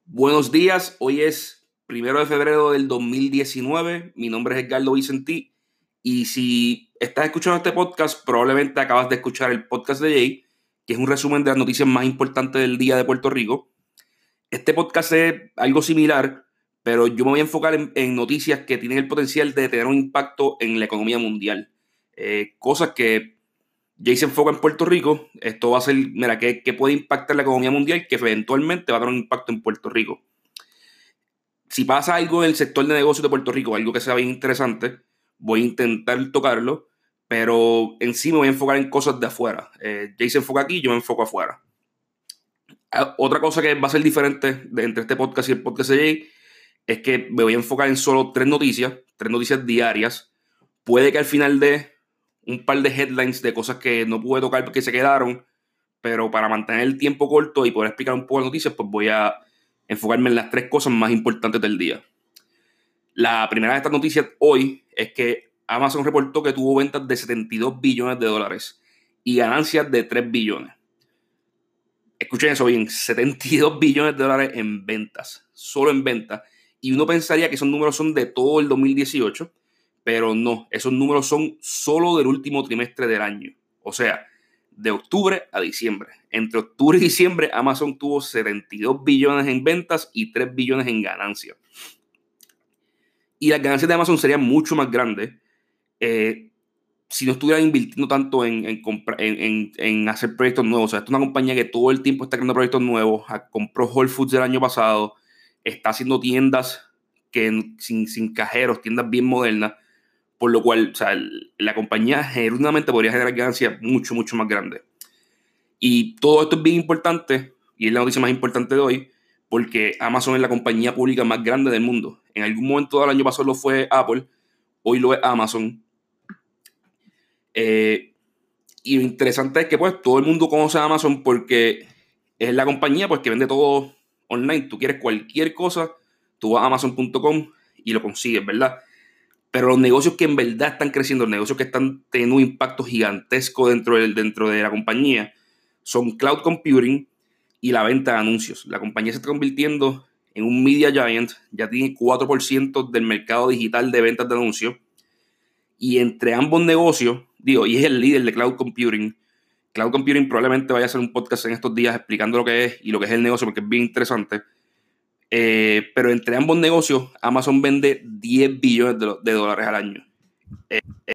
Buenos días, hoy es 1 de febrero del 2019. Mi nombre es Edgardo Vicentí y si estás escuchando este podcast, probablemente acabas de escuchar el podcast de Jay, que es un resumen de las noticias más importantes del día de Puerto Rico. Este podcast es algo similar, pero yo me voy a enfocar en noticias que tienen el potencial de tener un impacto en la economía mundial. Cosas que Jay se enfoca en Puerto Rico. Esto va a ser, mira, que puede impactar la economía mundial, que eventualmente va a tener un impacto en Puerto Rico. Si pasa algo en el sector de negocios de Puerto Rico, algo que sea bien interesante, voy a intentar tocarlo, pero en sí me voy a enfocar en cosas de afuera. Jay se enfoca aquí, yo me enfoco afuera. Otra cosa que va a ser diferente entre este podcast y el podcast de Jay es que me voy a enfocar en solo tres noticias diarias. Puede que al final de un par de headlines de cosas que no pude tocar porque se quedaron, pero para mantener el tiempo corto y poder explicar un poco de noticias, pues voy a enfocarme en las tres cosas más importantes del día. La primera de estas noticias hoy es que Amazon reportó que tuvo ventas de 72 billones de dólares y ganancias de 3 billones. Escuchen eso bien, 72 billones de dólares en ventas, solo en ventas. Y uno pensaría que esos números son de todo el 2018, pero no, esos números son solo del último trimestre del año. O sea, de octubre a diciembre. Entre octubre y diciembre, Amazon tuvo 72 billones en ventas y 3 billones en ganancias. Y las ganancias de Amazon serían mucho más grandes eh, si no estuvieran invirtiendo tanto en hacer proyectos nuevos. O sea, esta es una compañía que todo el tiempo está creando proyectos nuevos. Compró Whole Foods el año pasado, está haciendo tiendas sin cajeros, tiendas bien modernas, por lo cual, o sea, la compañía genuinamente podría generar ganancias mucho, mucho más grandes. Y todo esto es bien importante, y es la noticia más importante de hoy, porque Amazon es la compañía pública más grande del mundo. En algún momento del año pasado lo fue Apple, hoy lo es Amazon. Eh, y lo interesante es que pues todo el mundo conoce a Amazon porque es la compañía pues que vende todo online. Tú quieres cualquier cosa, tú vas a amazon.com y lo consigues, ¿verdad? Pero los negocios que en verdad están creciendo, los negocios que están teniendo un impacto gigantesco dentro de la compañía, son cloud computing y la venta de anuncios. La compañía se está convirtiendo en un media giant, ya tiene 4% del mercado digital de ventas de anuncios. Y entre ambos negocios, digo, y es el líder de cloud computing. Cloud computing probablemente vaya a hacer un podcast en estos días explicando lo que es y lo que es el negocio, porque es bien interesante. Pero entre ambos negocios, Amazon vende 10 billones de dólares al año.